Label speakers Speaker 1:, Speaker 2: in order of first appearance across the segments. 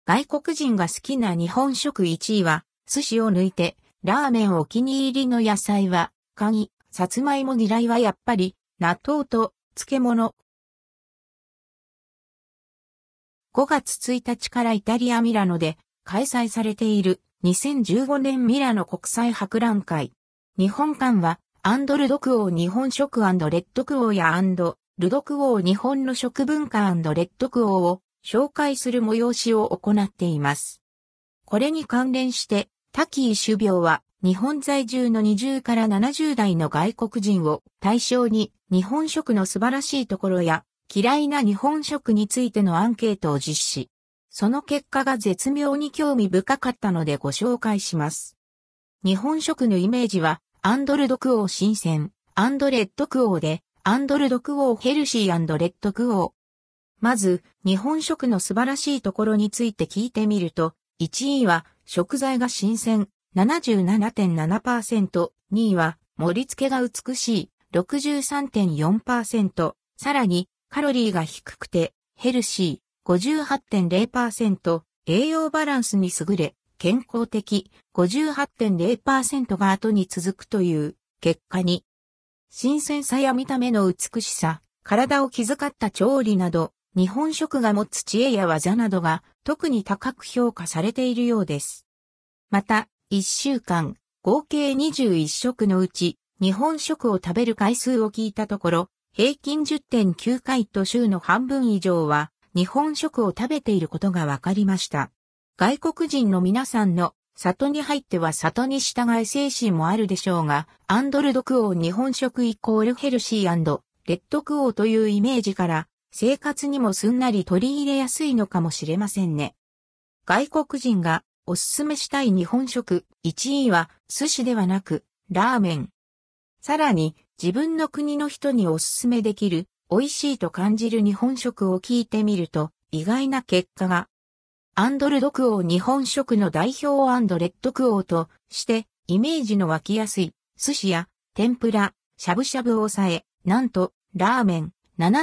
Speaker 1: 外国人が好きな日本食1位は、寿司を抜いて、ラーメンお気に入りの野菜は、カニ、さつまいも嫌いはやっぱり、納豆と漬物。5月1日からイタリア・ミラノで開催されている2015年ミラノ国際博覧会。日本館はアンドルドクオー日本食&レッドクオーやルドクオー日本の食文化&レッドクオーを紹介する催しを行っています。これに関連して滝井種苗は日本在住の20から70代の外国人を対象に日本食の素晴らしいところや嫌いな日本食についてのアンケートを実施。その結果が絶妙に興味深かったのでご紹介します。日本食のイメージは、アンドルドクオー新鮮、アンドレッドクオーで、アンドルドクオーヘルシー&レッドクオー。まず、日本食の素晴らしいところについて聞いてみると、1位は食材が新鮮、77.7%、2位は盛り付けが美しい、63.4%、さらに、カロリーが低くて、ヘルシー、58.0%、栄養バランスに優れ、健康的、58.0% が後に続くという結果に、新鮮さや見た目の美しさ、体を気遣った調理など、日本食が持つ知恵や技などが特に高く評価されているようです。また、1週間、合計21食のうち、日本食を食べる回数を聞いたところ、平均 10.9 回と週の半分以上は日本食を食べていることが分かりました。外国人の皆さんの里に入っては里に従え精神もあるでしょうが、アンドルドクオー日本食イコールヘルシー&レッドクオーというイメージから生活にもすんなり取り入れやすいのかもしれませんね。外国人がおすすめしたい日本食1位は寿司ではなくラーメン。さらに自分の国の人におすすめできる美味しいと感じる日本食を聞いてみると意外な結果が。アンドルドクオー日本食の代表&レッドクオーとしてイメージの湧きやすい寿司や天ぷら、しゃぶしゃぶを抑え、なんとラーメン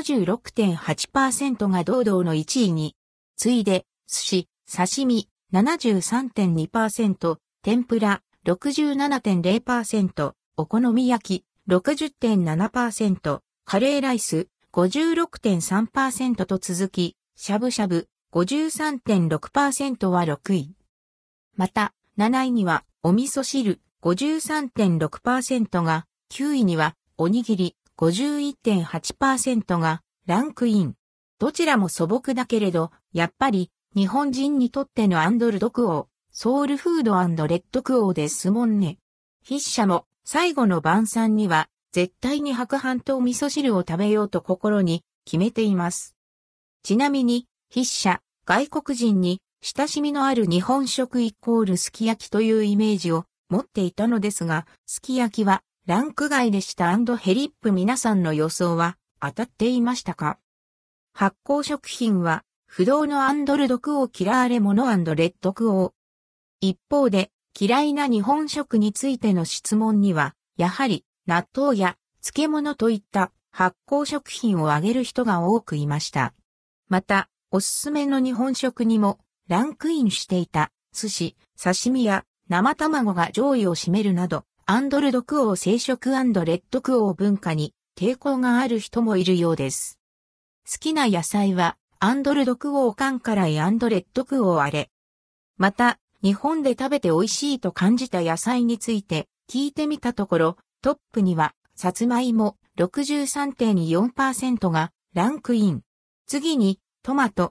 Speaker 1: 76.8% が堂々の1位に。次いで寿司、刺身 73.2%、天ぷら 67.0%、お好み焼き 60.7%、カレーライス 56.3% と続き、しゃぶしゃぶ 53.6% は6位。また、7位にはお味噌汁 53.6% が、9位にはおにぎり 51.8% がランクイン。どちらも素朴だけれど、やっぱり日本人にとってのアンドルドクオー、ソウルフード&レッドクオーですもんね。筆者も最後の晩餐には絶対に白飯とお味噌汁を食べようと心に決めています。ちなみに筆者、外国人に親しみのある日本食イコールすき焼きというイメージを持っていたのですが、すき焼きはランク外でした&ヘリップ皆さんの予想は当たっていましたか？発酵食品は不動のアンドルドクオー嫌われ者&レッドクオー。一方で嫌いな日本食についての質問には、やはり納豆や漬物といった発酵食品を挙げる人が多くいました。また、おすすめの日本食にもランクインしていた寿司、刺身や生卵が上位を占めるなど、アンドルドクオー生食&レッドクオー文化に抵抗がある人もいるようです。好きな野菜はアンドルドクオーカンカライ&レッドクオーあれ。また、日本で食べて美味しいと感じた野菜について聞いてみたところ、トップには、さつまいも 63.4% がランクイン。次に、トマト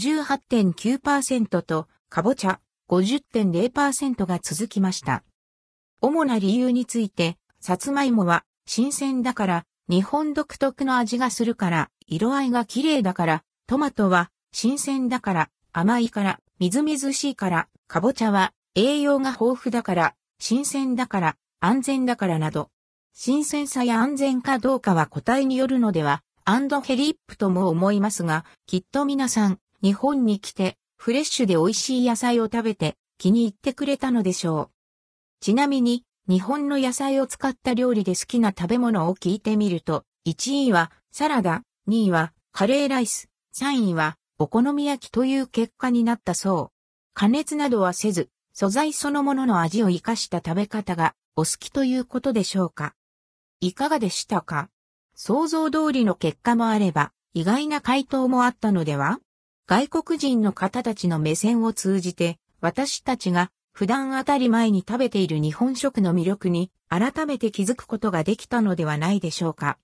Speaker 1: 58.9% と、かぼちゃ 50.0% が続きました。主な理由について、さつまいもは新鮮だから、日本独特の味がするから、色合いが綺麗だから、トマトは新鮮だから、甘いから、みずみずしいから、かぼちゃは栄養が豊富だから、新鮮だから、安全だからなど、新鮮さや安全かどうかは個体によるのでは、ヘリップとも思いますが、きっと皆さん、日本に来て、フレッシュで美味しい野菜を食べて気に入ってくれたのでしょう。ちなみに、日本の野菜を使った料理で好きな食べ物を聞いてみると、1位はサラダ、2位はカレーライス、3位はお好み焼きという結果になったそう。 加熱などはせず、素材そのものの味を生かした食べ方がお好きということでしょうか。いかがでしたか？想像通りの結果もあれば、意外な回答もあったのでは？外国人の方たちの目線を通じて、私たちが普段当たり前に食べている日本食の魅力に改めて気づくことができたのではないでしょうか。